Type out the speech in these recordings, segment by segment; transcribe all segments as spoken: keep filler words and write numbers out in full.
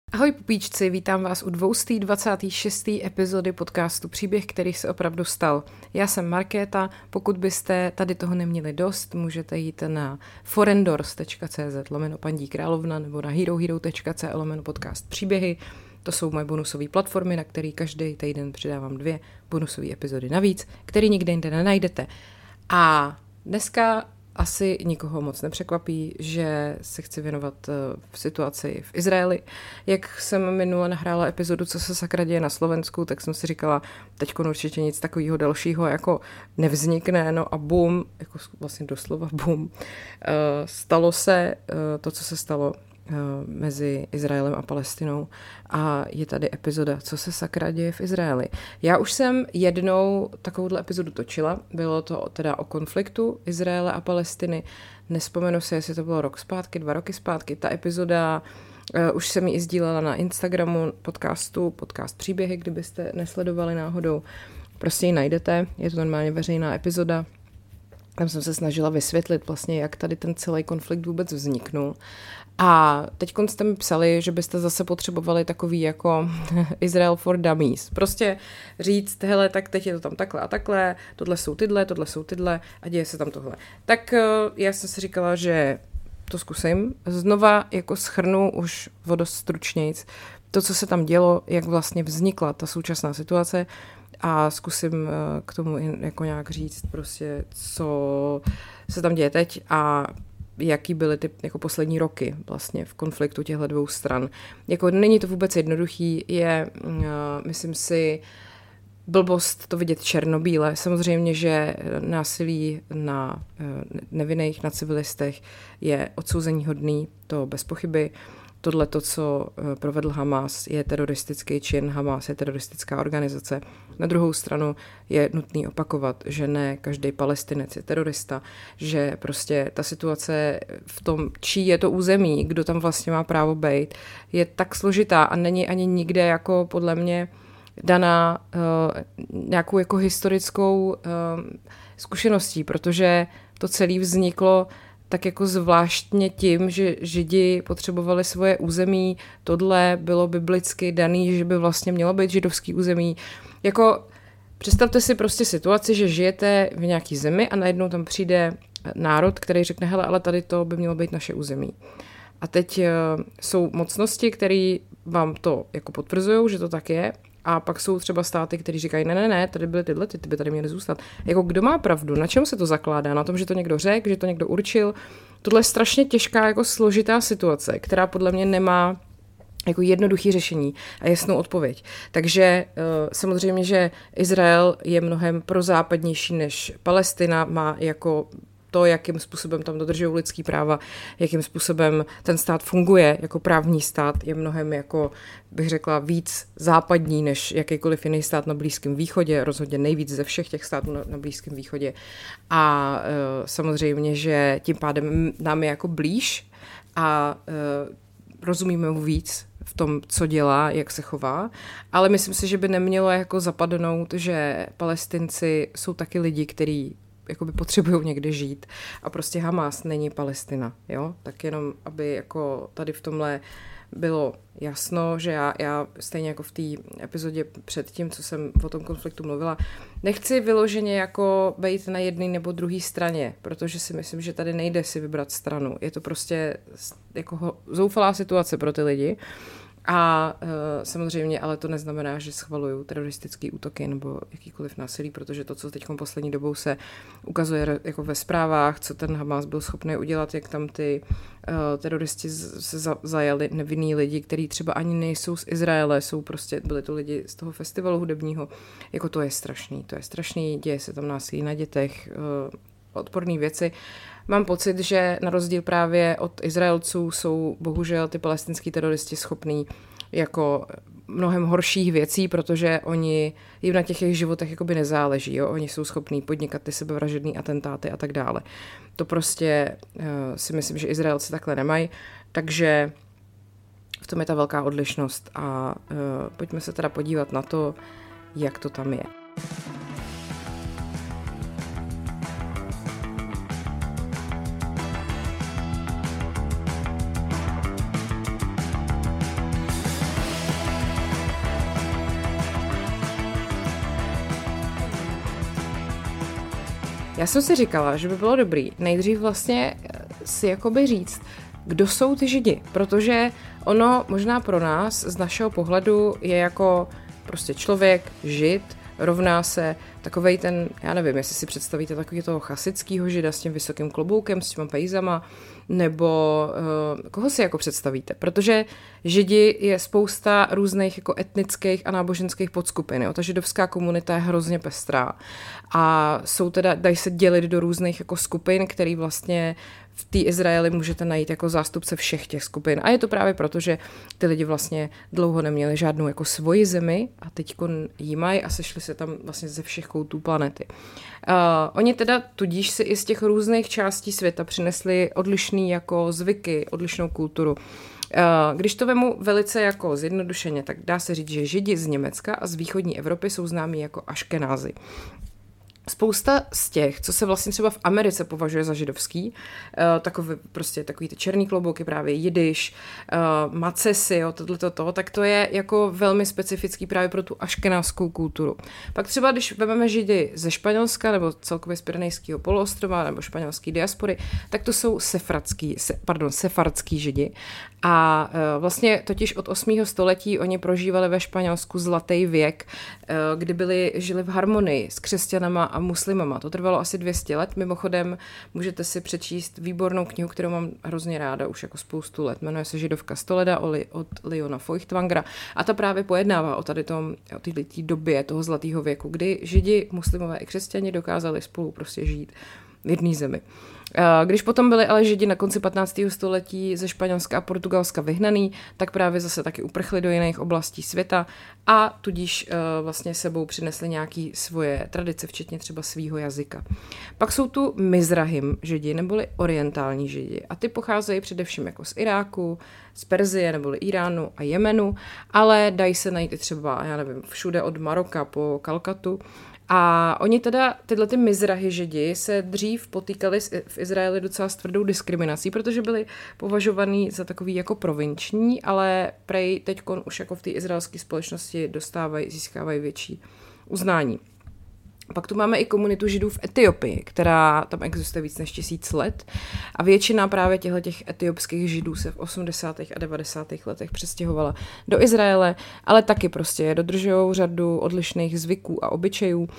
Ahoj pupíčci, vítám vás u dvoustý dvacátý šestý epizody podcastu Příběh, který se opravdu stal. Já jsem Markéta, pokud byste tady toho neměli dost, můžete jít na forendors tečka cé zet lomeno Pandí královna nebo na herohero tečka cé lomeno podcast Příběhy. To jsou moje bonusové platformy, na které každý týden přidávám dvě bonusové epizody navíc, které nikde jinde nenajdete. A dneska asi nikoho moc nepřekvapí, že se chci věnovat v situaci v Izraeli. Jak jsem minule nahrála epizodu, co se sakra děje na Slovensku, tak jsem si říkala, teďko určitě nic takového dalšího jako nevznikne, no a bum, jako vlastně doslova bum, stalo se to, co se stalo mezi Izraelem a Palestinou a je tady epizoda, co se sakra děje v Izraeli. Já už jsem jednou takovouhle epizodu točila, bylo to teda o konfliktu Izraele a Palestiny, nespomenu si, jestli to bylo rok zpátky, dva roky zpátky, ta epizoda, uh, už jsem ji i sdílela na Instagramu podcastu, podcast Příběhy, kdybyste nesledovali náhodou, prostě ji najdete, je to normálně veřejná epizoda. Tam jsem se snažila vysvětlit vlastně, jak tady ten celý konflikt vůbec vzniknul. A teď jste mi psali, že byste zase potřebovali takový jako Israel for Dummies. Prostě říct, hele, tak teď je to tam takhle a takhle, tohle jsou tyhle, tohle jsou tyhle a děje se tam tohle. Tak já jsem si říkala, že to zkusím. Znova jako shrnu už o dost stručnějc to, co se tam dělo, jak vlastně vznikla ta současná situace, a zkusím k tomu jako nějak říct prostě, co se tam děje teď a jaký byly ty jako poslední roky vlastně v konfliktu těchto dvou stran. Jako není to vůbec jednoduchý, je, myslím si, blbost to vidět černobíle. Samozřejmě, že násilí na nevinných, na civilistech je odsouzeníhodný, to bez pochyby. Tohle to, co provedl Hamas, je teroristický čin, Hamas je teroristická organizace. Na druhou stranu je nutný opakovat, že ne každý Palestinec je terorista, že prostě ta situace v tom, čí je to území, kdo tam vlastně má právo bejt, je tak složitá a není ani nikde jako podle mě daná uh, nějakou jako historickou uh, zkušeností, protože to celé vzniklo tak jako zvláštně tím, že Židi potřebovali svoje území, tohle bylo biblicky daný, že by vlastně mělo být židovský území. Jako představte si prostě situaci, že žijete v nějaký zemi a najednou tam přijde národ, který řekne, hele, ale tady to by mělo být naše území. A teď uh, jsou mocnosti, které vám to jako potvrzují, že to tak je, a pak jsou třeba státy, které říkají, ne, ne, ne, tady byly tyhle, ty, ty by tady měly zůstat. Jako kdo má pravdu? Na čem se to zakládá? Na tom, že to někdo řekl, že to někdo určil? Tohle je strašně těžká, jako složitá situace, která podle mě nemá jako jednoduchý řešení a jasnou odpověď. Takže samozřejmě, že Izrael je mnohem prozápadnější než Palestina, má jako to, jakým způsobem tam dodržují lidský práva, jakým způsobem ten stát funguje jako právní stát, je mnohem jako, bych řekla, víc západní než jakýkoliv jiný stát na Blízkém východě, rozhodně nejvíc ze všech těch států na, na Blízkém východě. A e, samozřejmě, že tím pádem nám je jako blíž a e, rozumíme mu víc v tom, co dělá, jak se chová, ale myslím si, že by nemělo jako zapadnout, že Palestinci jsou taky lidi, kteří jakoby potřebují někde žít a prostě Hamas není Palestina, jo? Tak jenom, aby jako tady v tomhle bylo jasno, že já, já stejně jako v té epizodě před tím, co jsem o tom konfliktu mluvila, nechci vyloženě jako být na jedné nebo druhé straně, protože si myslím, že tady nejde si vybrat stranu. Je to prostě jako zoufalá situace pro ty lidi. A uh, samozřejmě, ale to neznamená, že schvaluju teroristické útoky nebo jakýkoliv násilí, protože to, co teď poslední dobou se ukazuje jako ve zprávách, co ten Hamas byl schopný udělat, jak tam ty uh, teroristi z, se za, zajali nevinný lidi, kteří třeba ani nejsou z Izraele, jsou prostě, byli to lidi z toho festivalu hudebního, jako to je strašný, to je strašný, děje se tam násilí na dětech, uh, odporné věci. Mám pocit, že na rozdíl právě od Izraelců jsou bohužel ty palestinský teroristi schopní jako mnohem horších věcí, protože oni, jim na těch jejich životech jakoby nezáleží. Jo? Oni jsou schopní podnikat ty sebevražedné atentáty a tak dále. To prostě uh, si myslím, že Izraelci takhle nemají, takže v tom je ta velká odlišnost a uh, pojďme se teda podívat na to, jak to tam je. Já jsem si říkala, že by bylo dobrý nejdřív vlastně si jakoby říct, kdo jsou ty Židi, protože ono možná pro nás z našeho pohledu je jako prostě člověk, Žid, rovná se takovej ten, já nevím, jestli si představíte takový toho chasického Žida s tím vysokým kloboukem, s těma pejzama, nebo uh, koho si jako představíte, protože Židi je spousta různých jako etnických a náboženských podskupin, jo? Ta židovská komunita je hrozně pestrá a jsou teda, dají se dělit do různých jako skupin, který vlastně v té Izraeli můžete najít jako zástupce všech těch skupin. A je to právě proto, že ty lidi vlastně dlouho neměli žádnou jako svoji zemi a teďko jí mají a sešli se tam vlastně ze všech koutů planety. Uh, oni teda tudíž si i z těch různých částí světa přinesli odlišný jako zvyky, odlišnou kulturu. Uh, když to vemu velice jako zjednodušeně, tak dá se říct, že Židi z Německa a z východní Evropy jsou známí jako Aškenázi. Spousta z těch, co se vlastně třeba v Americe považuje za židovský, uh, takový, prostě takový ty černý klobouky, právě jidiš, uh, macesy, jo, tohleto to, tak to je jako velmi specifický právě pro tu aškenázskou kulturu. Pak třeba, když vezmeme Židy ze Španělska nebo celkově z Pyrenejského poloostrova nebo španělské diaspory, tak to jsou sefardský, se, pardon, sefardský Židi. A uh, vlastně totiž od osmého století oni prožívali ve Španělsku zlatý věk, uh, kdy byli, žili v harmonii s křesťanama a muslimama. To trvalo asi dvě stě let. Mimochodem můžete si přečíst výbornou knihu, kterou mám hrozně ráda už jako spoustu let. Jmenuje se Židovka Stoleda od Leona Feuchtwangera a ta právě pojednává o tady tom, o této době toho zlatého věku, kdy Židi, muslimové i křesťani dokázali spolu prostě žít v jedné zemi. Když potom byli ale Židi na konci patnáctého století ze Španělska a Portugalska vyhnaný, tak právě zase taky uprchli do jiných oblastí světa a tudíž vlastně sebou přinesli nějaké svoje tradice, včetně třeba svýho jazyka. Pak jsou tu Mizrahim Židi, neboli orientální Židi a ty pocházejí především jako z Iráku, z Perzie neboli Iránu a Jemenu, ale dají se najít i třeba, já nevím, všude od Maroka po Kalkatu. A oni teda, tyhle ty Mizrahi Židi, se dřív potýkali v Izraeli docela s tvrdou diskriminací, protože byli považovaní za takový jako provinční, ale prej teďkon už jako v té izraelské společnosti dostávají, získávají větší uznání. Pak tu máme i komunitu Židů v Etiopii, která tam existuje víc než tisíc let a většina právě těchto těch etiopských Židů se v osmdesátých a devadesátých letech přestěhovala do Izraele, ale taky prostě dodržují řadu odlišných zvyků a obyčejů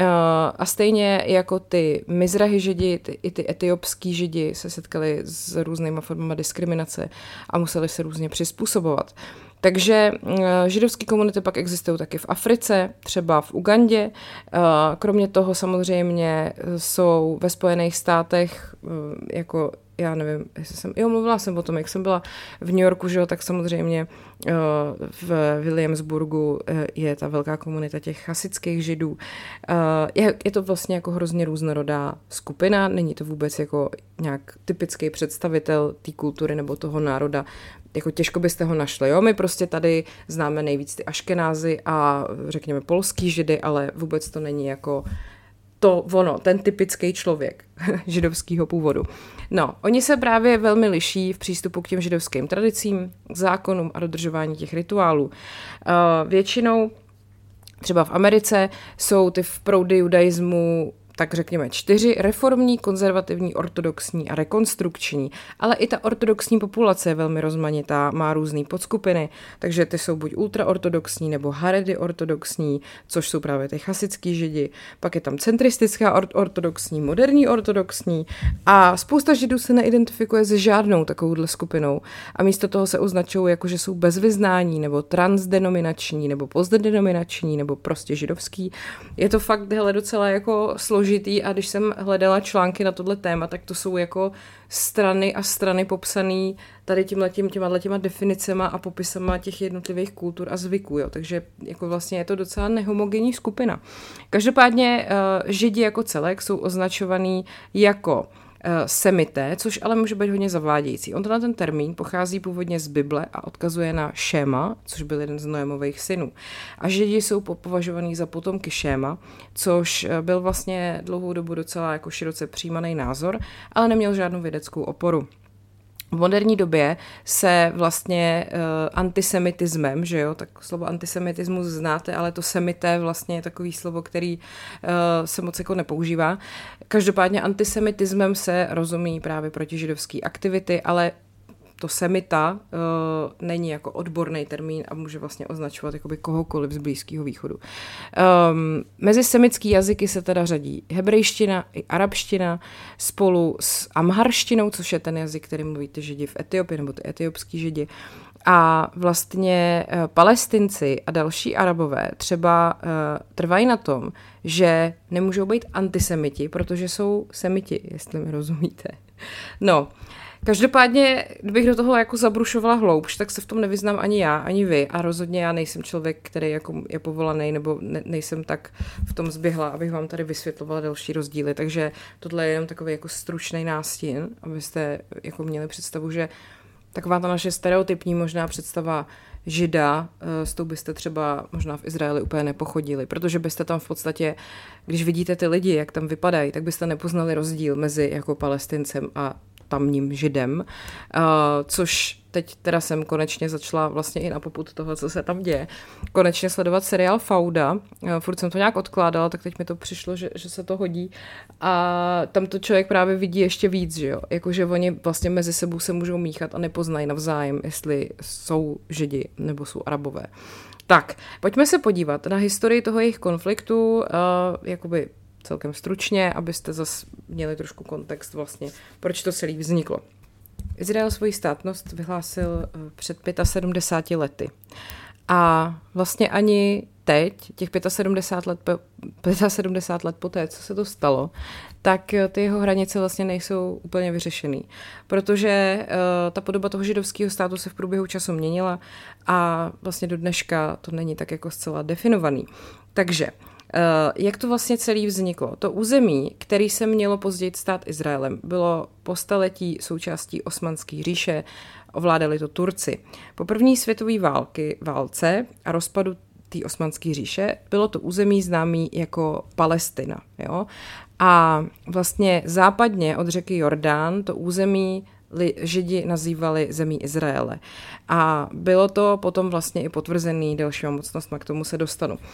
a stejně jako ty Mizrahi Židi, ty, i ty etiopský Židi se setkali s různýma formami diskriminace a museli se různě přizpůsobovat. Takže židovské komunity pak existují taky v Africe, třeba v Ugandě. Kromě toho samozřejmě jsou ve Spojených státech jako, já nevím, jestli jsem, jo, mluvila jsem o tom, jak jsem byla v New Yorku, že jo, tak samozřejmě v Williamsburgu je ta velká komunita těch chasických Židů. Je, je to vlastně jako hrozně různorodá skupina, není to vůbec jako nějak typický představitel té kultury nebo toho národa, jako těžko byste ho našli, jo, my prostě tady známe nejvíc ty Aškenázy a řekněme polský Židy, ale vůbec to není jako to ono, ten typický člověk židovského původu. No, oni se právě velmi liší v přístupu k těm židovským tradicím, zákonům a dodržování těch rituálů. Uh, většinou třeba v Americe jsou ty proudy judaismu tak řekněme čtyři, reformní, konzervativní, ortodoxní a rekonstrukční. Ale i ta ortodoxní populace je velmi rozmanitá, má různé podskupiny, takže ty jsou buď ultraortodoxní nebo haredi ortodoxní, což jsou právě ty chasický Židi. Pak je tam centristická or- ortodoxní, moderní ortodoxní a spousta Židů se neidentifikuje se žádnou takovouhle skupinou a místo toho se označují jako, že jsou bez vyznání nebo transdenominační nebo postdenominační nebo prostě židovský. Je to fakt hele docela jako složitý a když jsem hledala články na tohle téma, tak to jsou jako strany a strany popsané tady tímhletím, těma těma definicema a popisama těch jednotlivých kultur a zvyků, jo. Takže jako vlastně je to docela nehomogenní skupina. Každopádně uh, Židi jako celek jsou označovaný jako semité, což ale může být hodně zavádějící. On tenhle ten termín pochází původně z Bible a odkazuje na Šéma, což byl jeden z Noemových synů. A Židi jsou považovaní za potomky Šéma, což byl vlastně dlouhou dobu docela jako široce přijímaný názor, ale neměl žádnou vědeckou oporu. v moderní době se vlastně uh, antisemitismem, že jo, tak slovo antisemitismus znáte, ale to semité vlastně je takový slovo, který uh, se moc jako nepoužívá. Každopádně antisemitismem se rozumí právě protižidovské aktivity, ale to semita uh, není jako odborný termín a může vlastně označovat jakoby kohokoliv z Blízkého východu. Um, mezi semitský jazyky se teda řadí hebrejština i arabština spolu s amharštinou, což je ten jazyk, který mluví ty židi v Etiopii, nebo ty etiopský židi. A vlastně uh, Palestinci a další Arabové třeba uh, trvají na tom, že nemůžou být antisemiti, protože jsou semiti, jestli mi rozumíte. No, každopádně, kdybych do toho jako zabrušovala hloubš, tak se v tom nevyznám ani já, ani vy a rozhodně já nejsem člověk, který jako je povolaný, nebo ne, nejsem tak v tom zběhla, abych vám tady vysvětlovala další rozdíly, takže tohle je jenom takový jako stručný nástin, abyste jako měli představu, že taková ta naše stereotypní možná představa žida, s tou byste třeba možná v Izraeli úplně nepochodili, protože byste tam v podstatě, když vidíte ty lidi, jak tam vypadají, tak byste nepoznali rozdíl mezi jako Palestincem a tamním židem, uh, což teď teda jsem konečně začala vlastně i na popud toho, co se tam děje, konečně sledovat seriál Fauda. Uh, furt jsem to nějak odkládala, tak teď mi to přišlo, že, že se to hodí. A tam to člověk právě vidí ještě víc, že jo? Jakože oni vlastně mezi sebou se můžou míchat a nepoznají navzájem, jestli jsou židi nebo jsou Arabové. Tak, pojďme se podívat na historii toho jejich konfliktu, uh, jakoby celkem stručně, abyste zase měli trošku kontext vlastně, proč to celé vzniklo. Izrael svoji státnost vyhlásil před sedmdesáti pěti lety. A vlastně ani teď, těch sedmdesát pět let, sedmdesát pět let poté, co se to stalo, tak ty jeho hranice vlastně nejsou úplně vyřešený. Protože uh, ta podoba toho židovského státu se v průběhu času měnila a vlastně do dneška to není tak jako zcela definovaný. Takže Uh, jak to vlastně celý vzniklo? To území, který se mělo později stát Izraelem, bylo po staletí součástí Osmanské říše, ovládali to Turci. Po první světové války, válce a rozpadu té Osmanské říše bylo to území známý jako Palestina. Jo? A vlastně západně od řeky Jordán to území Židi nazývali zemí Izraele. A bylo to potom vlastně i potvrzený dalšíma mocnostma, k tomu se dostanu. Uh,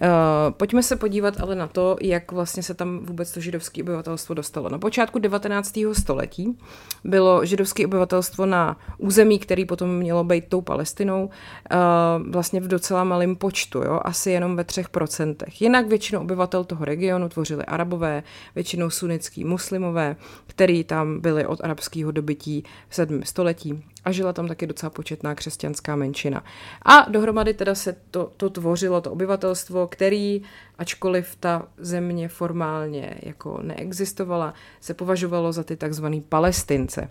pojďme se podívat ale na to, jak vlastně se tam vůbec to židovské obyvatelstvo dostalo. Na počátku devatenáctého století bylo židovské obyvatelstvo na území, který potom mělo být tou Palestinou, uh, vlastně v docela malém počtu, jo? Asi jenom ve třech procentech. Jinak většinu obyvatel toho regionu tvořili Arabové, většinou sunnický muslimové, který tam byli od arabského dobytí v sedmém století a žila tam taky docela početná křesťanská menšina. A dohromady teda se to, to tvořilo, to obyvatelstvo, který, ačkoliv ta země formálně jako neexistovala, se považovalo za ty takzvaný Palestince.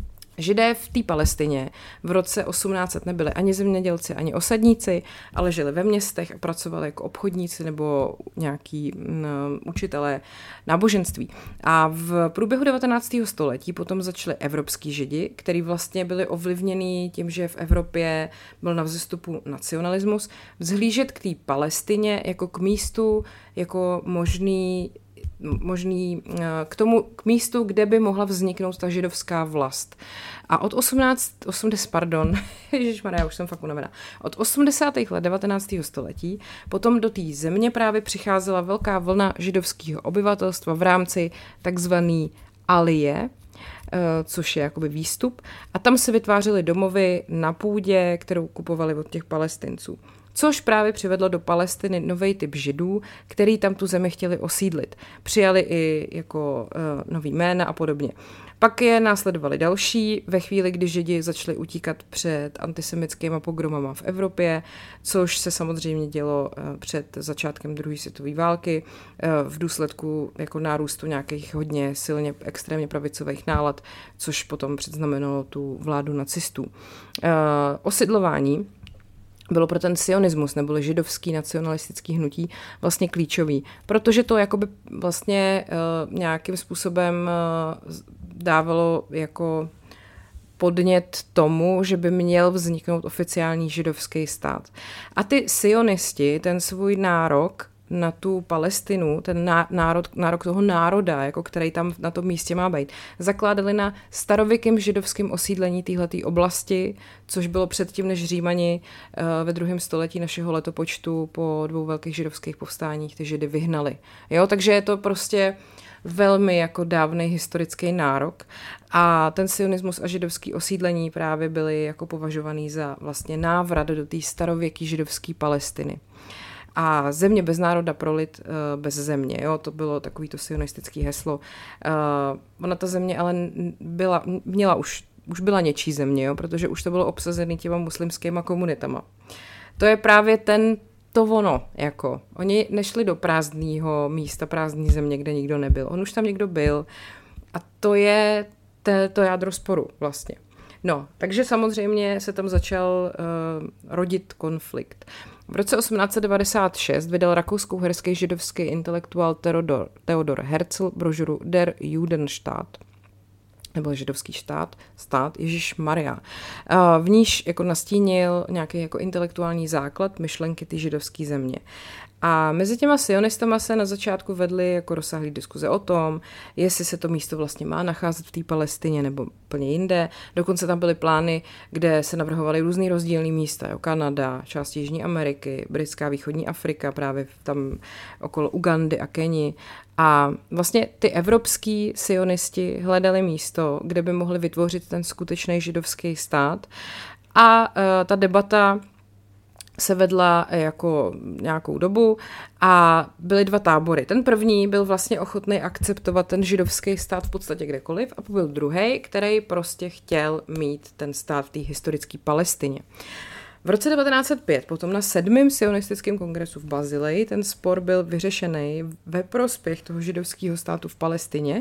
Židé v té Palestině v roce osmnáct set nebyli ani zemědělci, ani osadníci, ale žili ve městech a pracovali jako obchodníci nebo nějaký um, učitelé náboženství. A v průběhu devatenáctého století potom začali evropský Židi, kteří vlastně byli ovlivněni tím, že v Evropě byl na vzestupu nacionalismus, vzhlížet k té Palestině jako k místu, jako možný možný k tomu, k místu, kde by mohla vzniknout ta židovská vlast. A od osmnáct, osmdesát, pardon, ježišmarja, už jsem fakt unavená, od osmdesátých let devatenáctého století potom do té země právě přicházela velká vlna židovského obyvatelstva v rámci takzvaný Alije, což je jakoby výstup, a tam se vytvářely domovy na půdě, kterou kupovali od těch Palestinců. Což právě přivedlo do Palestiny nový typ Židů, který tam tu zemi chtěli osídlit. Přijali i jako uh, nový jména a podobně. Pak je následovali další, ve chvíli, kdy Židi začali utíkat před antisemickými pogromama v Evropě, což se samozřejmě dělo uh, před začátkem druhé světové války uh, v důsledku jako nárůstu nějakých hodně silně extrémně pravicových nálad, což potom předznamenalo tu vládu nacistů. Uh, osidlování bylo pro ten sionismus, nebo židovský nacionalistický hnutí vlastně klíčový, protože to jakoby vlastně uh, nějakým způsobem uh, dávalo jako podnět tomu, že by měl vzniknout oficiální židovský stát. A ty sionisti ten svůj nárok na tu Palestinu, ten národ, národ toho národa, jako který tam na tom místě má být, zakládali na starověkém židovském osídlení téhleté oblasti, což bylo předtím, než Římani ve druhém století našeho letopočtu po dvou velkých židovských povstáních ty Židy vyhnali. Jo, takže je to prostě velmi jako dávný historický nárok a ten sionismus a židovský osídlení právě byly jako považovaný za vlastně návrat do té starověké židovské Palestiny. A země bez národa pro lid bez země, jo, to bylo takový to sionistický heslo. Uh, ona ta země ale byla, měla už, už byla něčí země, jo, protože už to bylo obsazené těma muslimskýma komunitama. To je právě ten to ono, jako. Oni nešli do prázdného místa, prázdné země, kde nikdo nebyl. On už tam někdo byl a to je te, to jádro sporu vlastně. No, takže samozřejmě se tam začal uh, rodit konflikt. V roce osmnáct set devadesát šest vydal rakousko-uherský židovský intelektuál Theodor, Theodor Herzl brožuru Der Judenstaat, nebo židovský štát, stát, Ježišmarja. V níž jako nastínil nějaký jako intelektuální základ myšlenky ty židovské země. A mezi těma sionistama se na začátku vedly jako rozsáhlé diskuze o tom, jestli se to místo vlastně má nacházet v té Palestině nebo úplně jinde. Dokonce tam byly plány, kde se navrhovaly různý rozdílný místa, jako Kanada, část Jižní Ameriky, britská východní Afrika, právě tam okolo Ugandy a Keni. A vlastně ty evropský sionisti hledali místo, kde by mohli vytvořit ten skutečný židovský stát. A uh, ta debata se vedla jako nějakou dobu a byly dva tábory. Ten první byl vlastně ochotný akceptovat ten židovský stát v podstatě kdekoliv a byl druhý, který prostě chtěl mít ten stát v té historické Palestině. V roce devatenáct set pět, potom na sedmém sionistickém kongresu v Bazileji, ten spor byl vyřešený ve prospěch toho židovského státu v Palestině.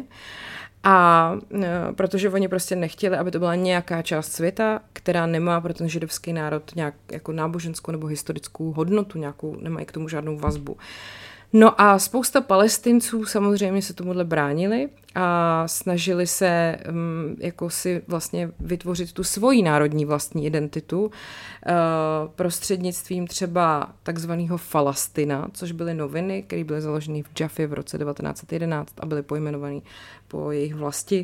A e, protože oni prostě nechtěli, aby to byla nějaká část světa, která nemá pro ten židovský národ nějak jako náboženskou nebo historickou hodnotu, nějakou, nemají k tomu žádnou vazbu. No a spousta Palestinců samozřejmě se tomuhle bránili a snažili se um, jako si vlastně vytvořit tu svoji národní vlastní identitu uh, prostřednictvím třeba takzvaného Falastina, což byly noviny, které byly založeny v Jaffě v roce devatenáct set jedenáct a byly pojmenované po jejich vlasti.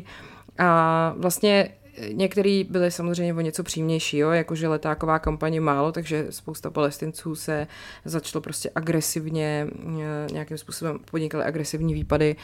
A vlastně některý byly samozřejmě o něco přímější, jo? Jakože letáková kampaně málo, takže spousta Palestinců se začalo prostě agresivně, nějakým způsobem podnikali agresivní výpady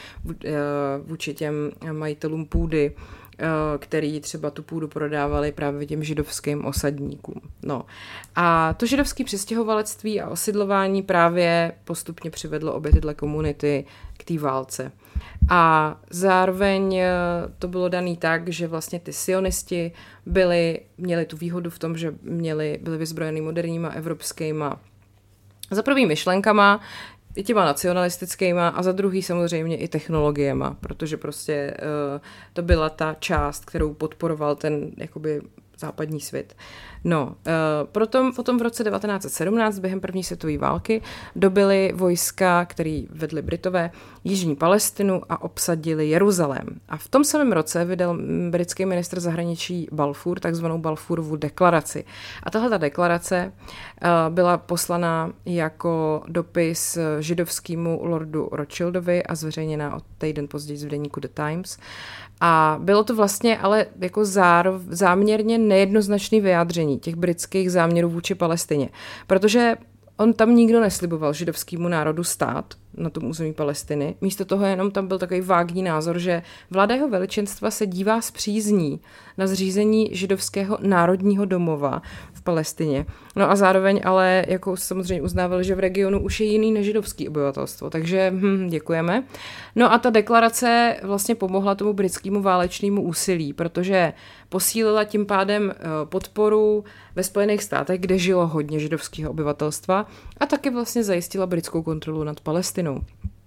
vůči těm majitelům půdy, který třeba tu půdu prodávali právě těm židovským osadníkům. No. A to židovské přistěhovalectví a osidlování právě postupně přivedlo obě tyhle komunity k té válce. A zároveň to bylo daný tak, že vlastně ty sionisti byli, měli tu výhodu v tom, že měli, byli vyzbrojený moderníma evropskýma za první myšlenkama, i těma nacionalistickýma a za druhý samozřejmě i technologiema, protože prostě uh, to byla ta část, kterou podporoval ten jakoby západní svět. No, uh, potom, potom v roce devatenáct set sedmnáct během první světové války dobyly vojska, který vedli Britové, jižní Palestinu a obsadili Jeruzalém. A v tom samém roce vydal britský ministr zahraničí Balfour takzvanou Balfourovu deklaraci. A tahle ta deklarace uh, byla poslaná jako dopis židovskému lordu Rothschildovi a zveřejněná o týden později v deníku The Times. A bylo to vlastně ale jako zár, záměrně nejednoznačné vyjádření těch britských záměrů vůči Palestině, protože on tam nikdo nesliboval židovskému národu stát na tom území Palestiny. Místo toho jenom tam byl takový vágní názor, že vláda jeho veličenstva se dívá s přízní na zřízení židovského národního domova v Palestině. No a zároveň ale jako samozřejmě uznávali, že v regionu už je jiný nežidovský obyvatelstvo, takže hm, děkujeme. No a ta deklarace vlastně pomohla tomu britskému válečnému úsilí, protože posílila tím pádem podporu ve Spojených státech, kde žilo hodně židovského obyvatelstva a taky vlastně zajistila britskou kontrolu nad Palestinou.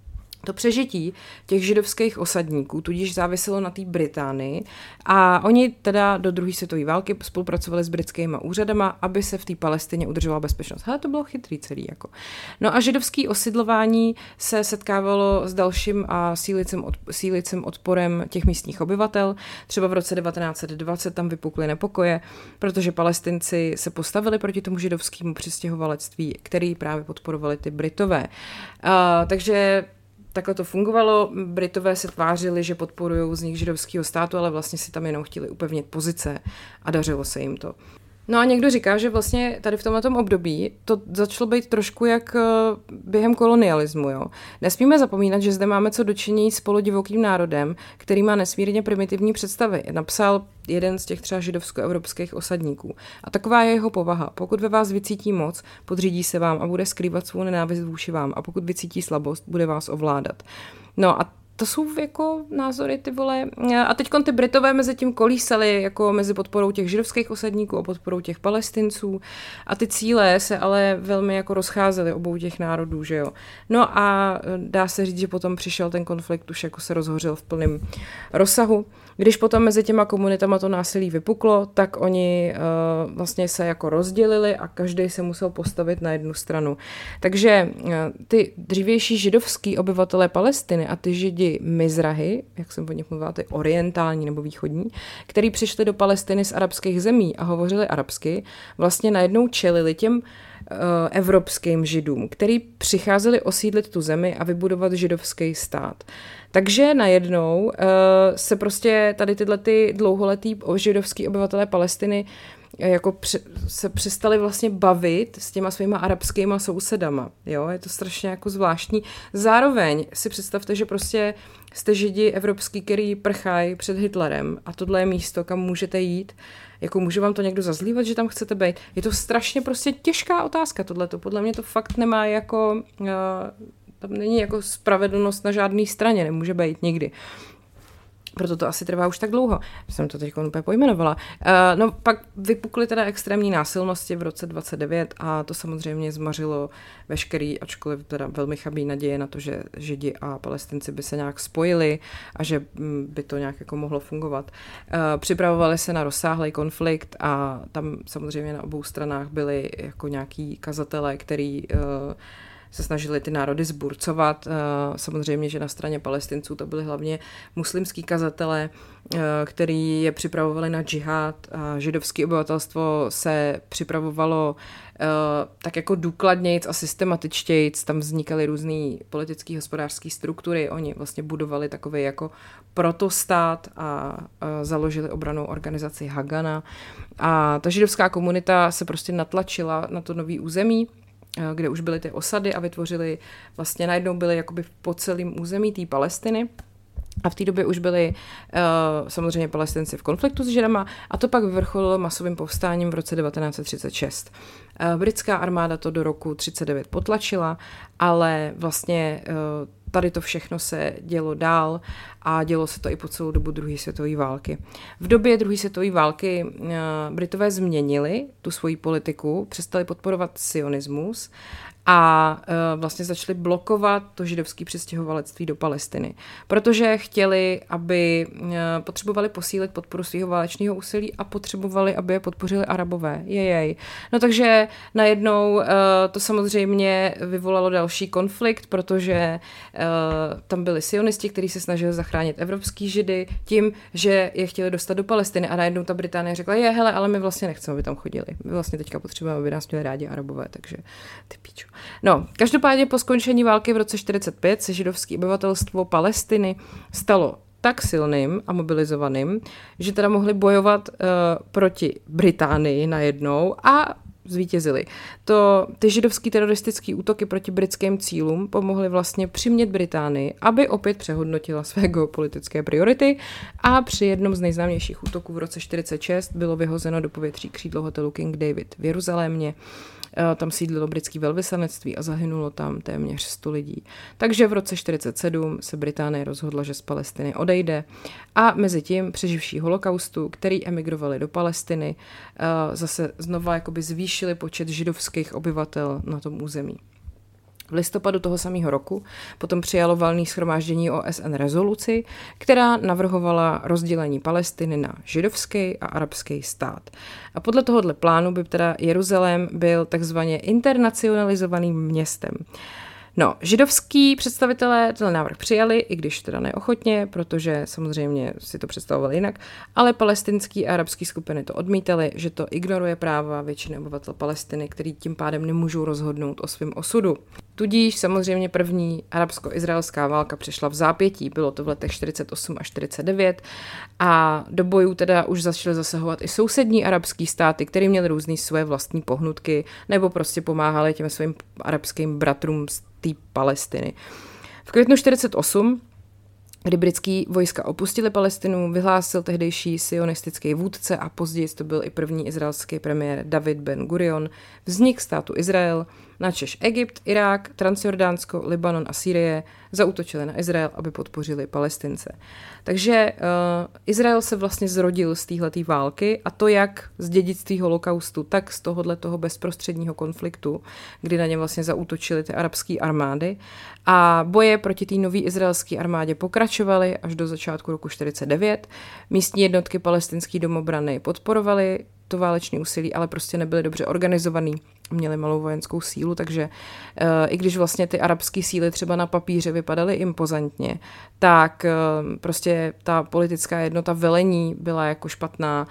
To přežití těch židovských osadníků tudíž záviselo na té Británii a oni teda do druhé světové války spolupracovali s britskýma úřadama, aby se v té Palestině udržovala bezpečnost. Hele, to bylo chytrý celý. Jako. No a židovský osidlování se setkávalo s dalším a sílicím, od, sílicím odporem těch místních obyvatel. Třeba v roce devatenáct set dvacet tam vypukly nepokoje, protože Palestinci se postavili proti tomu židovskému přistěhovalectví, který právě podporovali ty Britové. Uh, takže takhle to fungovalo, Britové se tvářili, že podporují vznik židovského státu, ale vlastně si tam jenom chtěli upevnit pozice a dařilo se jim to. No a někdo říká, že vlastně tady v tomhletom období to začalo být trošku jak během kolonialismu. Jo. Nesmíme zapomínat, že zde máme co dočinění s polodivokým národem, který má nesmírně primitivní představy. Napsal jeden z těch třeba židovsko-evropských osadníků. A taková je jeho povaha. Pokud ve vás vycítí moc, podřídí se vám a bude skrývat svou nenávist vůči vám. A pokud vycítí slabost, bude vás ovládat. No a to jsou jako názory, ty vole. A teď ty Britové mezi tím kolísali jako mezi podporou těch židovských osadníků a podporou těch Palestinců a ty cíle se ale velmi jako rozcházely obou těch národů, že jo. No a dá se říct, že potom přišel ten konflikt, už jako se rozhořel v plném rozsahu. Když potom mezi těma komunitama to násilí vypuklo, tak oni uh, vlastně se jako rozdělili a každý se musel postavit na jednu stranu. Takže uh, ty dřívější židovský obyvatelé Palestiny a ty židi Mizrahy, jak jsem o nich mluvila, ty orientální nebo východní, který přišli do Palestiny z arabských zemí a hovořili arabsky, vlastně najednou čelili těm evropským židům, který přicházeli osídlit tu zemi a vybudovat židovský stát. Takže najednou uh, se prostě tady tyhle ty dlouholetý židovský obyvatelé Palestiny jako pře- se přestali vlastně bavit s těma svýma arabskýma sousedama. Jo? Je to strašně jako zvláštní. Zároveň si představte, že prostě jste židi evropský, který prchají před Hitlerem a tohle je místo, kam můžete jít. Jako může vám to někdo zazlívat, že tam chcete být? Je to strašně prostě těžká otázka tohleto. Podle mě to fakt nemá jako... Uh, tam není jako spravedlnost na žádné straně, nemůže být nikdy. Proto to asi trvá už tak dlouho. Jsem to teď úplně pojmenovala. Uh, no pak vypukly teda extrémní násilnosti v roce dvacet devět a to samozřejmě zmařilo veškerý, ačkoliv teda velmi chabý naděje na to, že Židi a Palestinci by se nějak spojili a že by to nějak jako mohlo fungovat. Uh, připravovali se na rozsáhlý konflikt a tam samozřejmě na obou stranách byli jako nějaký kazatelé, který uh, se snažili ty národy zburcovat. Samozřejmě, že na straně Palestinců to byly hlavně muslimský kazatelé, který je připravovali na džihad. Židovské obyvatelstvo se připravovalo tak jako důkladnějc a systematičtějc. Tam vznikaly různý politický, hospodářský struktury. Oni vlastně budovali takový jako protostát a založili obrannou organizaci Hagana. A ta židovská komunita se prostě natlačila na to nový území, kde už byly ty osady a vytvořili, vlastně najednou byly jakoby po celém území té Palestiny. A v té době už byli uh, samozřejmě Palestinci v konfliktu s Židama a to pak vyvrcholilo masovým povstáním v roce devatenáct set třicet šest. Uh, britská armáda to do roku třicet devět potlačila, ale vlastně uh, tady to všechno se dělo dál a dělo se to i po celou dobu druhé světové války. V době druhé světové války uh, Britové změnili tu svoji politiku, přestali podporovat sionismus a uh, vlastně začali blokovat to židovské přistěhovalectví do Palestiny, protože chtěli, aby uh, potřebovali posílit podporu svého válečného úsilí a potřebovali, aby je podpořili Arabové. Jejej. No takže najednou uh, to samozřejmě vyvolalo další konflikt, protože uh, tam byli sionisti, kteří se snažili zachránit evropský židy tím, že je chtěli dostat do Palestiny a najednou ta Británie řekla, je hele, ale my vlastně nechceme, aby tam chodili. My vlastně teďka potřebujeme, aby nás měli rádi Arabové, takže ty píču. No, každopádně po skončení války v roce čtyřicet pět se židovské obyvatelstvo Palestiny stalo tak silným a mobilizovaným, že teda mohli bojovat uh, proti Británii najednou a zvítězili. To, ty židovský teroristický útoky proti britským cílům pomohly vlastně přimět Británii, aby opět přehodnotila své geopolitické priority a při jednom z nejznámějších útoků v roce čtyřicet šest bylo vyhozeno do povětří křídlo hotelu King David v Jeruzalémě. Tam sídlilo britské velvyslanectví a zahynulo tam téměř sto lidí. Takže v roce čtyřicet sedm se Británie rozhodla, že z Palestiny odejde a mezi tím přeživší holokaustu, který emigrovali do Palestiny, zase znova jakoby zvýšili počet židovských obyvatel na tom území. V listopadu toho samého roku potom přijalo valné shromáždění O S N rezoluci, která navrhovala rozdělení Palestiny na židovský a arabský stát. A podle tohohle plánu by teda Jeruzalém byl takzvaně internacionalizovaným městem. No, židovský představitelé ten návrh přijali, i když teda neochotně, protože samozřejmě si to představovali jinak, ale palestinský a arabský skupiny to odmítali, že to ignoruje práva většiny obyvatel Palestiny, který tím pádem nemůžou rozhodnout o svém osudu. Tudíž samozřejmě první arabsko-izraelská válka přešla v zápětí, bylo to v letech čtyřicet osm až čtyřicet devět a do bojů teda už začaly zasahovat i sousední arabský státy, které měly různý své vlastní pohnutky nebo prostě pomáhali těm svým arabským bratrům z té Palestiny. V květnu čtyřicet osm, kdy britský vojska opustili Palestinu, vyhlásil tehdejší sionistický vůdce a později to byl i první izraelský premiér David Ben Gurion vznik státu Izrael, načež Egypt, Irák, Transjordánsko, Libanon a Sýrie zaútočili na Izrael, aby podpořili Palestince. Takže uh, Izrael se vlastně zrodil z téhletý války a to jak z dědictví holokaustu, tak z tohohle toho bezprostředního konfliktu, kdy na ně vlastně zaútočily ty arabské armády a boje proti té nové izraelské armádě pokračovaly až do začátku roku čtyřicet devět. Místní jednotky palestinské domobrany podporovaly to válečné úsilí, ale prostě nebyly dobře organizovaný, měli malou vojenskou sílu, takže uh, i když vlastně ty arabské síly třeba na papíře vypadaly impozantně, tak uh, prostě ta politická jednota velení byla jako špatná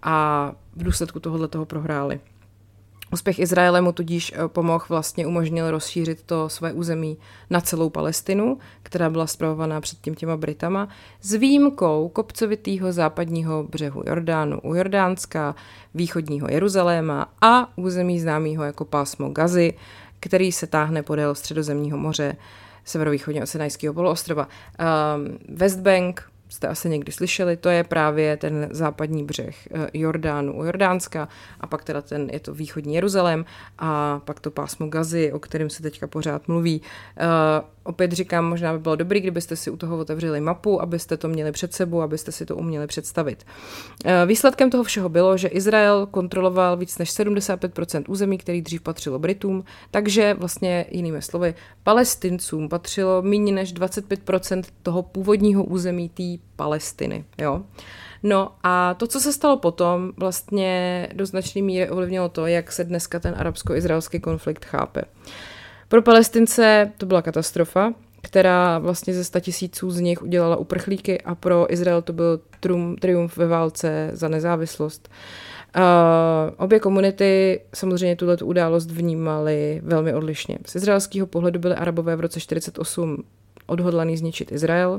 a v důsledku tohohle toho prohráli. Úspěch Izraele mu tudíž pomohl, vlastně umožnil rozšířit to své území na celou Palestinu, která byla spravovaná předtím těma Britama, s výjimkou kopcovitého západního břehu Jordánu u Jordánska, východního Jeruzaléma a území známého jako pásmo Gazy, který se táhne podél Středozemního moře, severovýchodně od Sinajského poloostrova. Um, West Bank, jste asi někdy slyšeli, to je právě ten západní břeh Jordánu u Jordánska a pak teda ten, je to východní Jeruzalém a pak to pásmo Gazy, o kterém se teďka pořád mluví. Uh, opět říkám, možná by bylo dobrý, kdybyste si u toho otevřeli mapu, abyste to měli před sebou, abyste si to uměli představit. Uh, výsledkem toho všeho bylo, že Izrael kontroloval víc než sedmdesát pět procent území, který dřív patřilo Britům, takže vlastně jinými slovy Palestincům patřilo méně než dvacet pět procent toho původního území té Palestiny. Jo? No a to, co se stalo potom, vlastně do značné míry ovlivnilo to, jak se dneska ten arabsko-izraelský konflikt chápe. Pro Palestince to byla katastrofa, která vlastně ze sta tisíců z nich udělala uprchlíky a pro Izrael to byl trum, triumf ve válce za nezávislost. Uh, obě komunity samozřejmě tuto událost vnímaly velmi odlišně. Z izraelského pohledu byly Arabové v roce čtyřicet osm odhodlaný zničit Izrael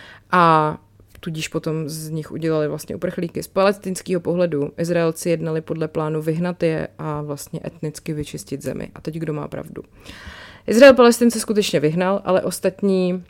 a tudíž potom z nich udělali vlastně uprchlíky. Z palestinského pohledu Izraelci jednali podle plánu vyhnat je a vlastně etnicky vyčistit zemi. A teď kdo má pravdu? Izrael Palestince skutečně vyhnal, ale ostatní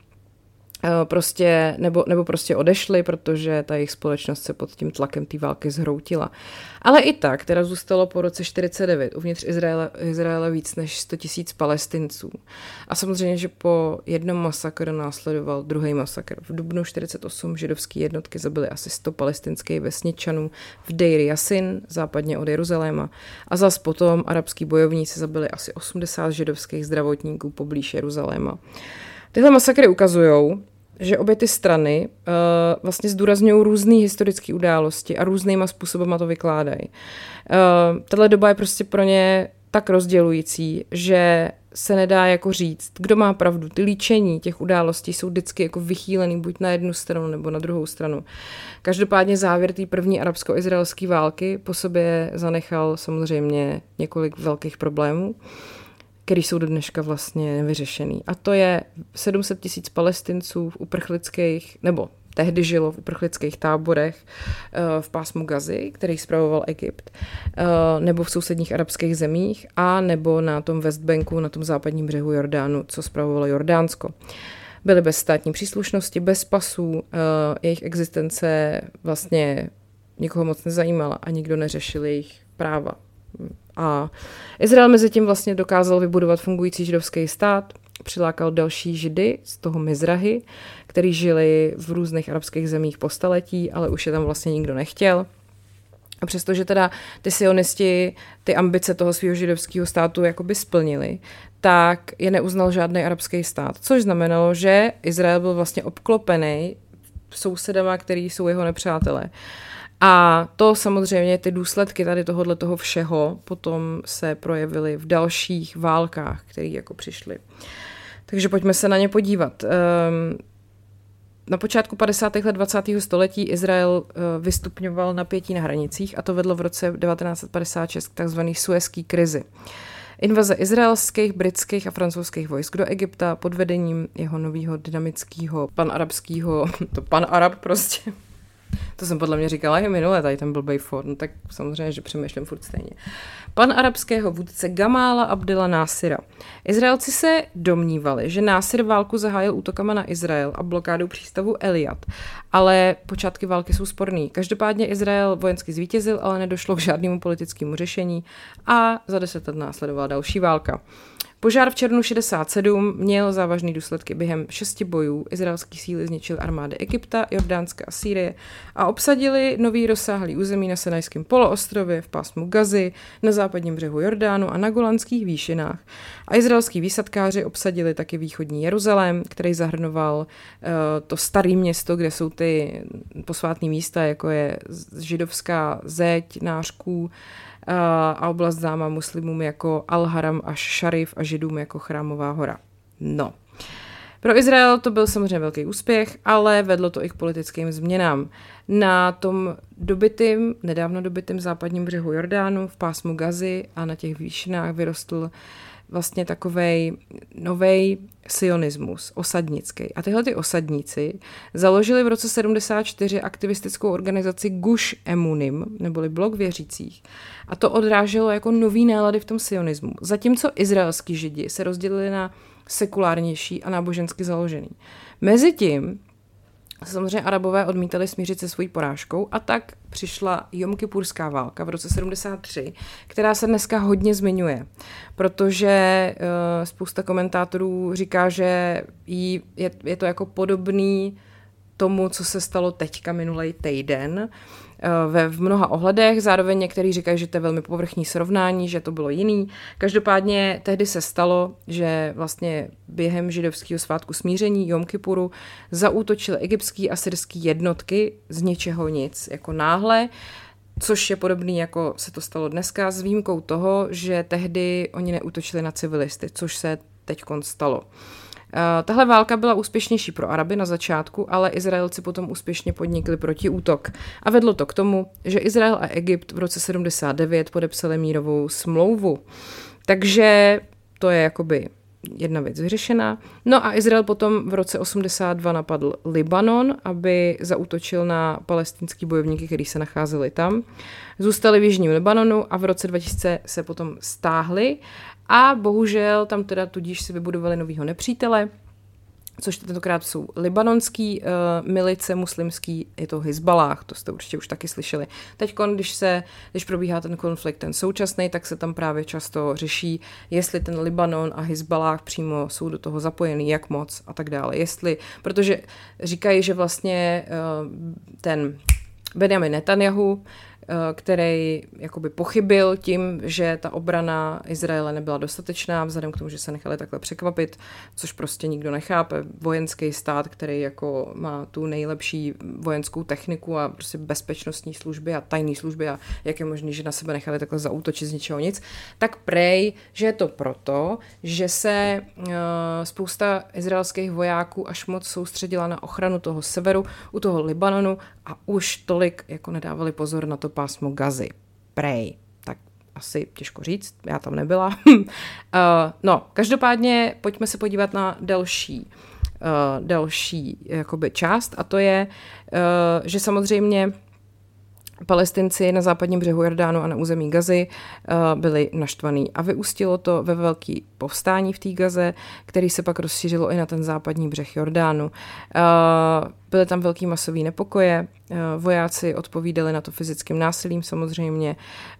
prostě, nebo, nebo prostě odešli, protože ta jejich společnost se pod tím tlakem té války zhroutila. Ale i tak, teda zůstalo po roce čtyřicet devět uvnitř Izraele, Izraele víc než sto tisíc Palestinců. A samozřejmě, že po jednom masakru následoval druhý masakr. V dubnu čtyřicet osm židovské jednotky zabily asi sto palestinských vesničanů v Deir Yassin, západně od Jeruzaléma. A zas potom arabský bojovníci zabili asi osmdesát židovských zdravotníků poblíž Jeruzaléma. Tyhle masakry ukazují, že obě ty strany uh, vlastně zdůrazňují různé historické události a různýma způsobama to vykládají. Uh, tahle doba je prostě pro ně tak rozdělující, že se nedá jako říct, kdo má pravdu. Ty líčení těch událostí jsou vždycky jako vychýlený buď na jednu stranu nebo na druhou stranu. Každopádně závěr té první arabsko-izraelské války po sobě zanechal samozřejmě několik velkých problémů, který jsou do dneška vlastně nevyřešený. A to je sedm set tisíc Palestinců v uprchlických, nebo tehdy žilo v uprchlických táborech v pásmu Gazy, který spravoval Egypt, nebo v sousedních arabských zemích, a nebo na tom West Banku, na tom západním břehu Jordánu, co spravovalo Jordánsko. Byli bez státní příslušnosti, bez pasů, jejich existence vlastně nikoho moc nezajímala a nikdo neřešil jejich práva. A Izrael mezi tím vlastně dokázal vybudovat fungující židovský stát, přilákal další židy z toho Mizrahy, který žili v různých arabských zemích po staletí, ale už je tam vlastně nikdo nechtěl. A přestože teda ty sionisti ty ambice toho svého židovského státu jakoby splnili, tak je neuznal žádný arabský stát, což znamenalo, že Izrael byl vlastně obklopený sousedama, který jsou jeho nepřátelé. A to samozřejmě, ty důsledky tady tohohle toho všeho potom se projevily v dalších válkách, které jako přišly. Takže pojďme se na ně podívat. Na počátku padesátých let dvacátého století Izrael vystupňoval napětí na hranicích a to vedlo v roce devatenáct set padesát šest k takzvané Suezské krizi. Invaze izraelských, britských a francouzských vojsk do Egypta pod vedením jeho nového dynamického panarabského, to panarab prostě. To jsem podle mě říkala i minule, tady ten blbej Ford, no tak samozřejmě, že přemýšlím furt stejně. Pan arabského vůdce Gamála Abdela Násira. Izraelci se domnívali, že Násir válku zahájil útokama na Izrael a blokádou přístavu Eliad, ale počátky války jsou sporný. Každopádně Izrael vojensky zvítězil, ale nedošlo k žádnému politickému řešení a za deset let následovala další válka. Požár v červnu šedesát sedm měl závažné důsledky. Během šesti bojů izraelské síly zničily armády Egypta, Jordánska a Sýrie a obsadili nový rozsáhlý území na Sinajském poloostrově, v pásmu Gazy, na západním břehu Jordánu a na Golanských výšinách. A izraelský výsadkáři obsadili taky východní Jeruzalém, který zahrnoval uh, to staré město, kde jsou ty posvátné místa, jako je židovská zeď, nářků, a oblast známá muslimům jako Al-Haram až Šarif a židům jako Chrámová hora. No. Pro Izrael to byl samozřejmě velký úspěch, ale vedlo to i k politickým změnám. Na tom dobytým, nedávno dobytým západním břehu Jordánu, v pásmu Gazy a na těch výšinách vyrostl vlastně takovej novej sionismus, osadnický. A tyhle ty osadníci založili v roce sedmdesát čtyři aktivistickou organizaci Guš Emunim, neboli Blok věřících. A to odráželo jako nový nálady v tom sionismu. Zatímco izraelský židi se rozdělili na sekulárnější a nábožensky založený. Mezitím samozřejmě Arabové odmítali smířit se svojí porážkou a tak přišla Jomkipurská válka v roce sedmdesát tři, která se dneska hodně zmiňuje, protože uh, spousta komentátorů říká, že jí je, je to jako podobný tomu, co se stalo teďka minulej týden ve v mnoha ohledech. Zároveň někteří říkají, že to je velmi povrchní srovnání, že to bylo jiný. Každopádně tehdy se stalo, že vlastně během židovského svátku smíření Jom Kipuru zaútočily egyptský a syrský jednotky z ničeho nic, jako náhle, což je podobný, jako se to stalo dneska, s výjimkou toho, že tehdy oni neútočili na civilisty, což se teďkon stalo. Uh, tahle válka byla úspěšnější pro Araby na začátku, ale Izraelci potom úspěšně podnikli protiútok. A vedlo to k tomu, že Izrael a Egypt v roce sedmdesát devět podepsali mírovou smlouvu. Takže to je jakoby jedna věc vyřešená. No a Izrael potom v roce osmdesát dva napadl Libanon, aby zaútočil na palestinský bojovníky, kteří se nacházeli tam. Zůstali v jižním Libanonu a v roce dva tisíce se potom stáhli a bohužel tam teda tudíž si vybudovali novýho nepřítele, což tentokrát jsou libanonský uh, milice muslimský, je to Hizbalách, to jste určitě už taky slyšeli. Teď, když se, když probíhá ten konflikt, ten současný, tak se tam právě často řeší, jestli ten Libanon a Hizbalách přímo jsou do toho zapojený, jak moc a tak dále. Jestli, protože říkají, že vlastně uh, ten Benjamin Netanyahu, který jakoby pochybil tím, že ta obrana Izraele nebyla dostatečná, vzhledem k tomu, že se nechali takhle překvapit, což prostě nikdo nechápe. Vojenský stát, který jako má tu nejlepší vojenskou techniku a prostě bezpečnostní služby a tajné služby a jak je možné, že na sebe nechali takhle zaútočit z ničeho nic, tak prej, že je to proto, že se uh, spousta izraelských vojáků až moc soustředila na ochranu toho severu, u toho Libanonu a už tolik jako nedávali pozor na to pásmo Gazy. Prej. Tak asi těžko říct, já tam nebyla. uh, no, každopádně pojďme se podívat na další, uh, další jakoby část a to je, uh, že samozřejmě Palestinci na západním břehu Jordánu a na území Gazy uh, byli naštvaný a vyústilo to ve velký povstání v té Gaze, který se pak rozšířilo i na ten západní břeh Jordánu. Uh, byly tam velký masový nepokoje, uh, vojáci odpovídali na to fyzickým násilím samozřejmě.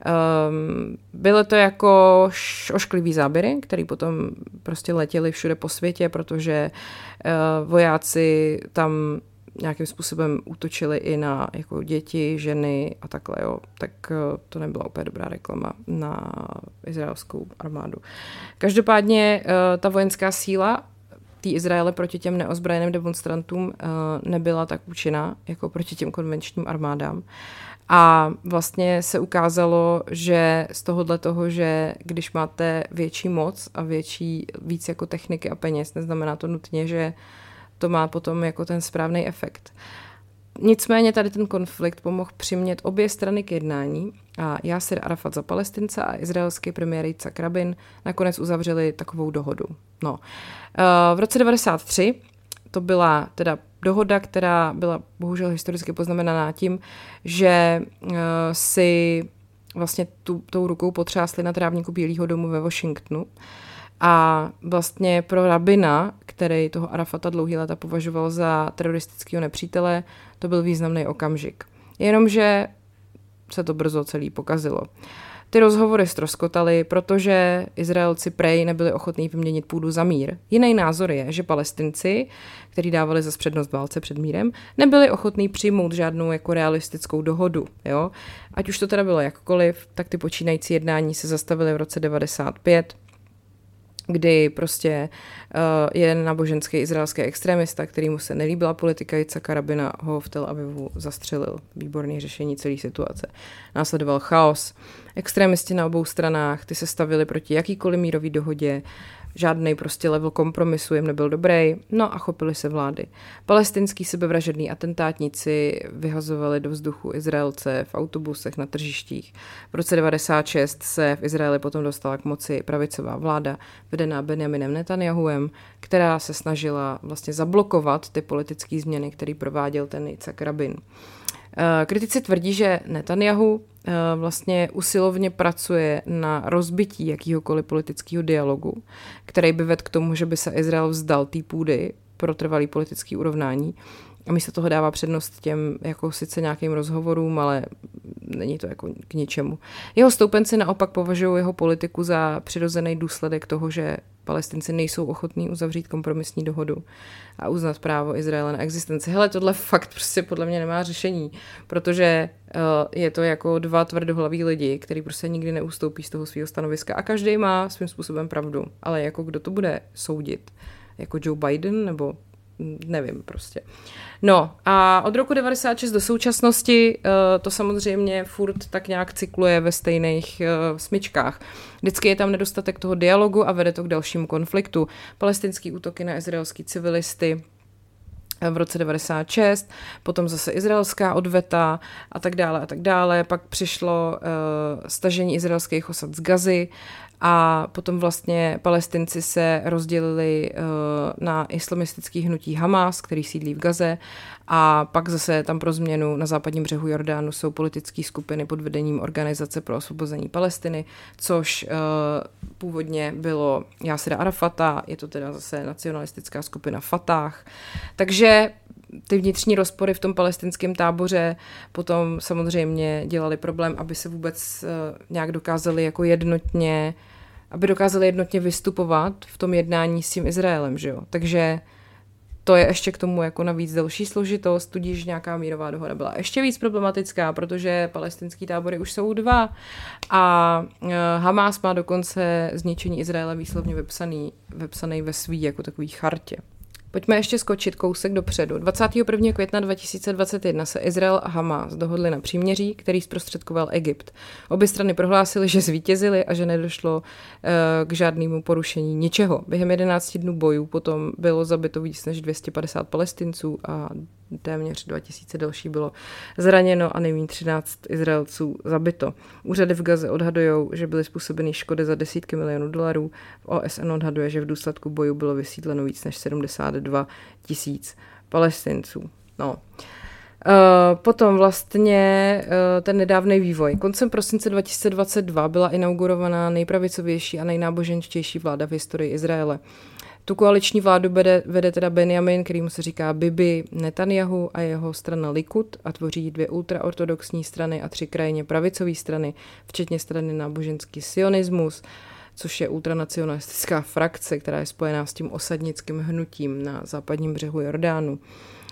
Um, bylo to jako ošklivý záběry, který potom prostě letěli všude po světě, protože uh, vojáci tam nějakým způsobem útočili i na jako děti, ženy a takhle, jo. Tak to nebyla úplně dobrá reklama na izraelskou armádu. Každopádně ta vojenská síla té Izraele proti těm neozbrojeným demonstrantům nebyla tak účinná jako proti těm konvenčním armádám. A vlastně se ukázalo, že z tohohle toho, že když máte větší moc a větší, víc jako techniky a peněz, neznamená to nutně, že to má potom jako ten správný efekt. Nicméně tady ten konflikt pomohl přimět obě strany k jednání a Jásir Arafat za Palestince a izraelský premiér Jicchak Rabin nakonec uzavřeli takovou dohodu. No. V roce devadesát tři to byla teda dohoda, která byla bohužel historicky poznamenaná tím, že si vlastně tu, tou rukou potřásli na trávníku Bílého domu ve Washingtonu. A vlastně pro Rabina, který toho Arafata dlouhý léta považoval za teroristického nepřítele, to byl významný okamžik. Jenomže se to brzo celý pokazilo. Ty rozhovory ztroskotaly, protože Izraelci prej nebyli ochotní vyměnit půdu za mír. Jiný názor je, že Palestinci, kteří dávali za přednost válce před mírem, nebyli ochotní přijmout žádnou jako realistickou dohodu. Jo? Ať už to teda bylo jakkoliv, tak ty počínající jednání se zastavily v roce devadesát pět, kdy prostě uh, jeden náboženský izraelský extremista, kterýmu se nelíbila politika Jicchaka Rabina, ho v Tel Avivu zastřelil. Výborné řešení celé situace. Následoval chaos. Extremisti na obou stranách, ty se stavili proti jakýkoliv mírový dohodě, žádnej prostě level kompromisu jim nebyl dobrý, no a chopili se vlády. Palestinský sebevražední atentátníci vyhazovali do vzduchu Izraelce v autobusech na tržištích. V roce devadesát šest se v Izraeli potom dostala k moci pravicová vláda, vedená Benjaminem Netanjahuem, která se snažila vlastně zablokovat ty politické změny, které prováděl ten Jicchak Rabin. Kritici tvrdí, že Netanjahu vlastně usilovně pracuje na rozbití jakýhokoliv politického dialogu, který by vedl k tomu, že by se Izrael vzdal té půdy pro trvalý politický urovnání. A místo toho dává přednost těm jako sice nějakým rozhovorům, ale není to jako k ničemu. Jeho stoupenci naopak považují jeho politiku za přirozený důsledek toho, že Palestinci nejsou ochotní uzavřít kompromisní dohodu a uznat právo Izraele na existenci. Hele, tohle fakt prostě podle mě nemá řešení, protože uh, je to jako dva tvrdohlaví lidi, který prostě nikdy neustoupí z toho svého stanoviska a každý má svým způsobem pravdu. Ale jako kdo to bude soudit? Jako Joe Biden nebo nevím prostě. No a od roku devadesát šest do současnosti uh, to samozřejmě furt tak nějak cykluje ve stejných uh, smyčkách. Vždycky je tam nedostatek toho dialogu a vede to k dalšímu konfliktu. Palestinský útoky na izraelský civilisty v roce devadesát šest, potom zase izraelská odveta a tak dále a tak dále. Pak přišlo uh, stažení izraelských osad z Gazy a potom vlastně Palestinci se rozdělili uh, na islamistický hnutí Hamas, který sídlí v Gaze, a pak zase tam pro změnu na západním břehu Jordánu jsou politické skupiny pod vedením Organizace pro osvobození Palestiny, což uh, původně bylo Jásira Arafata, je to teda zase nacionalistická skupina Fatah. Takže ty vnitřní rozpory v tom palestinském táboře potom samozřejmě dělali problém, aby se vůbec uh, nějak dokázali jako jednotně, aby dokázali jednotně vystupovat v tom jednání s tím Izraelem, že jo. Takže to je ještě k tomu jako navíc další složitost, tudíž nějaká mírová dohoda byla ještě víc problematická, protože palestinský tábory už jsou dva a uh, Hamas má dokonce zničení Izraele výslovně vypsaný, vypsaný ve svý jako takový chartě. Pojďme ještě skočit kousek dopředu. dvacátého prvního května dva tisíce dvacet jedna se Izrael a Hamas dohodli na příměří, který zprostředkoval Egypt. Obě strany prohlásily, že zvítězily a že nedošlo uh, k žádnému porušení ničeho. Během jedenácti dnů bojů potom bylo zabito víc než dvě stě padesát Palestinců a téměř dva tisíce další bylo zraněno a nejméně třináct Izraelců zabito. Úřady v Gaze odhadují, že byly způsobeny škody za desítky milionů dolarů. O S N odhaduje, že v důsledku bojů bylo vysídleno víc než sedmdesát dva tisíc Palestinců. No. Uh, potom vlastně uh, ten nedávný vývoj. Koncem prosince dva tisíce dvacet dva byla inaugurovaná nejpravicovější a nejnáboženštější vláda v historii Izraele. Tu koaliční vládu vede, vede teda Benjamin, kterýmu se říká Bibi Netanjahu, a jeho strana Likud, a tvoří dvě ultraortodoxní strany a tři krajně pravicové strany, včetně strany náboženský sionismus, což je ultranacionalistická frakce, která je spojená s tím osadnickým hnutím na západním břehu Jordánu.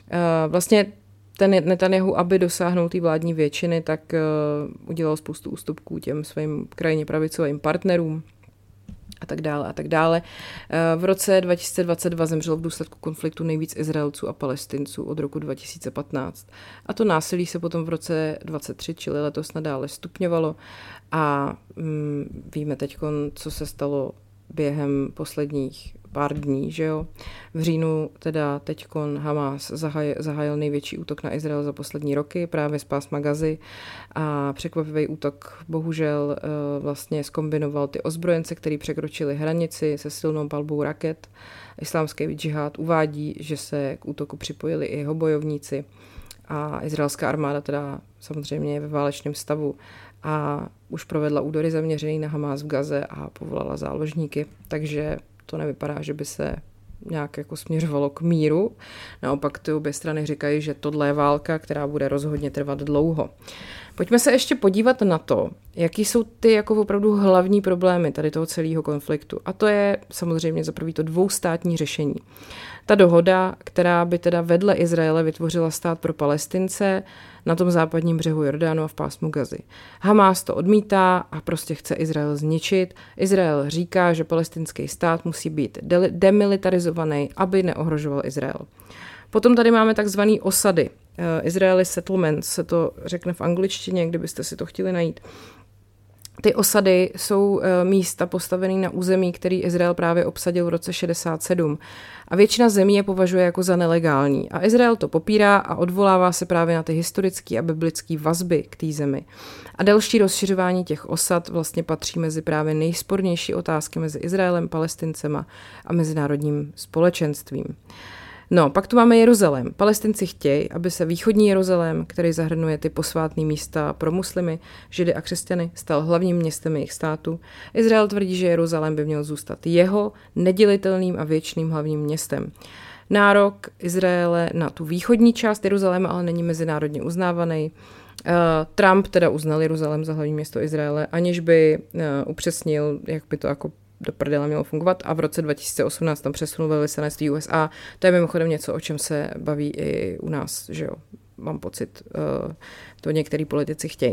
Vlastně ten Netanjahu, aby dosáhnul té vládní většiny, tak udělal spoustu ústupků těm svým krajně pravicovým partnerům a tak dále a tak dále. V roce dva tisíce dvacet dva zemřelo v důsledku konfliktu nejvíc Izraelců a Palestinců od roku dva tisíce patnáct. A to násilí se potom v roce dvacet tři, čili letos, nadále stupňovalo a mm, víme teď, co se stalo během posledních pár dní, že jo. V říjnu teda teďkon Hamas zahaj, zahájil největší útok na Izrael za poslední roky, právě z pásma Gazy a překvapivý útok bohužel vlastně zkombinoval ty ozbrojence, který překročili hranici se silnou palbou raket. Islámský džihad uvádí, že se k útoku připojili i jeho bojovníci a izraelská armáda teda samozřejmě je ve válečném stavu a už provedla údery zaměřený na Hamas v Gaze a povolala záložníky, takže to nevypadá, že by se nějak jako směřovalo k míru. Naopak ty obě strany říkají, že tohle je válka, která bude rozhodně trvat dlouho. Pojďme se ještě podívat na to, jaký jsou ty jako opravdu hlavní problémy tady toho celého konfliktu. A to je samozřejmě za prvý to dvoustátní řešení. Ta dohoda, která by teda vedle Izraele vytvořila stát pro Palestince na tom západním břehu Jordánu a v pásmu Gazy. Hamás to odmítá a prostě chce Izrael zničit. Izrael říká, že palestinský stát musí být de- demilitarizovaný, aby neohrožoval Izrael. Potom tady máme takzvaný osady. Israeli settlements se to řekne v angličtině, kdybyste si to chtěli najít. Ty osady jsou místa postavené na území, který Izrael právě obsadil v roce šedesát sedm. A většina zemí je považuje jako za nelegální. A Izrael to popírá a odvolává se právě na ty historické a biblické vazby k té zemi. A další rozšiřování těch osad vlastně patří mezi právě nejspornější otázky mezi Izraelem, Palestincema a mezinárodním společenstvím. No, pak tu máme Jeruzalém. Palestinci chtějí, aby se východní Jeruzalém, který zahrnuje ty posvátné místa pro muslimy, židy a křesťany, stal hlavním městem jejich státu. Izrael tvrdí, že Jeruzalém by měl zůstat jeho nedělitelným a věčným hlavním městem. Nárok Izraele na tu východní část Jeruzaléma ale není mezinárodně uznávaný. Trump teda uznal Jeruzalém za hlavní město Izraele, aniž by upřesnil, jak by to jako do prdele mělo fungovat a v roce dva tisíce osmnáct tam přesunul velvyslanectví U S A. To je mimochodem něco, o čem se baví i u nás, že jo. Mám pocit, to některý politici chtějí.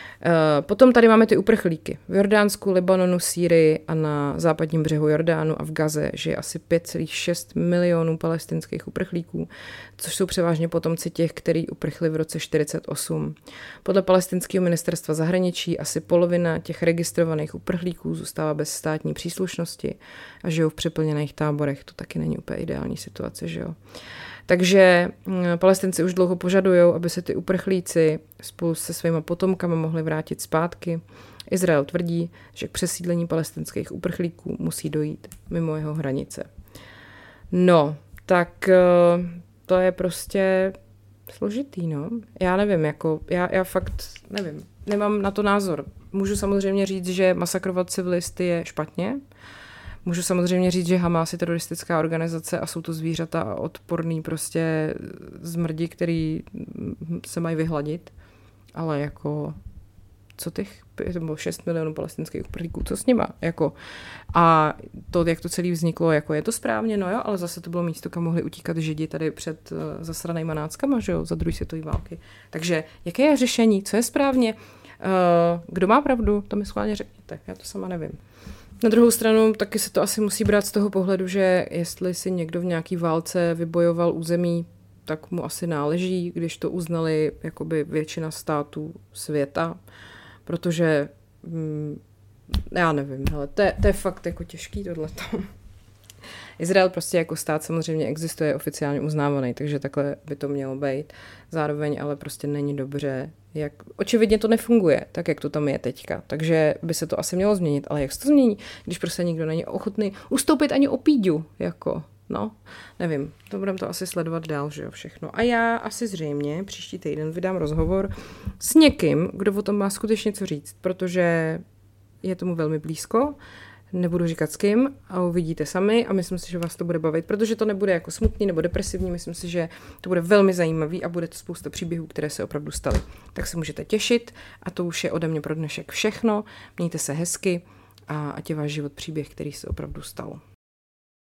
Potom tady máme ty uprchlíky. V Jordánsku, Libanonu, Sýrii a na západním břehu Jordánu a v Gaze žije asi pět celá šest milionů palestinských uprchlíků, což jsou převážně potomci těch, kteří uprchli v roce čtyřicet osm. Podle palestinského ministerstva zahraničí asi polovina těch registrovaných uprchlíků zůstává bez státní příslušnosti a žijou v přeplněných táborech. To taky není úplně ideální situace, že jo. Takže Palestinci už dlouho požadují, aby se ty uprchlíci spolu se svýma potomkama mohli vrátit zpátky. Izrael tvrdí, že k přesídlení palestinských uprchlíků musí dojít mimo jeho hranice. No, tak to je prostě složitý, no. Já nevím, jako, já, já fakt nevím, nemám na to názor. Můžu samozřejmě říct, že masakrovat civilisty je špatně. Můžu samozřejmě říct, že Hamas je teroristická organizace a jsou to zvířata a odporný prostě zmrdi, který se mají vyhladit. Ale jako, co těch šest milionů palestinských uprchlíků, co s nima? Jako, a to, jak to celé vzniklo, jako je to správně, no jo, ale zase to bylo místo, kam mohli utíkat Židi tady před uh, zasranýma náckama, že jo, za druhé světové války. Takže jaké je řešení, co je správně? Uh, kdo má pravdu, to mi schválně řekněte, já to sama nevím. Na druhou stranu taky se to asi musí brát z toho pohledu, že jestli si někdo v nějaký válce vybojoval území, tak mu asi náleží, když to uznali jakoby většina států světa, protože hm, já nevím, hele, to, je, to je fakt jako těžký tohleto. Izrael prostě jako stát samozřejmě existuje, oficiálně uznávaný, takže takhle by to mělo být. Zároveň ale prostě není dobře, jak očividně to nefunguje, tak jak to tam je teďka. Takže by se to asi mělo změnit, ale jak se to změní, když prostě nikdo není ochotný ustoupit ani o píďu, jako, no, nevím, to budeme to asi sledovat dál, že jo, všechno. A já asi zřejmě příští týden vydám rozhovor s někým, kdo o tom má skutečně co říct, protože je tomu velmi blízko. Nebudu říkat s kým a uvidíte sami a myslím si, že vás to bude bavit, protože to nebude jako smutný nebo depresivní, myslím si, že to bude velmi zajímavý a bude to spousta příběhů, které se opravdu staly. Tak se můžete těšit a to už je ode mě pro dnešek všechno. Mějte se hezky a ať je váš život příběh, který se opravdu stal.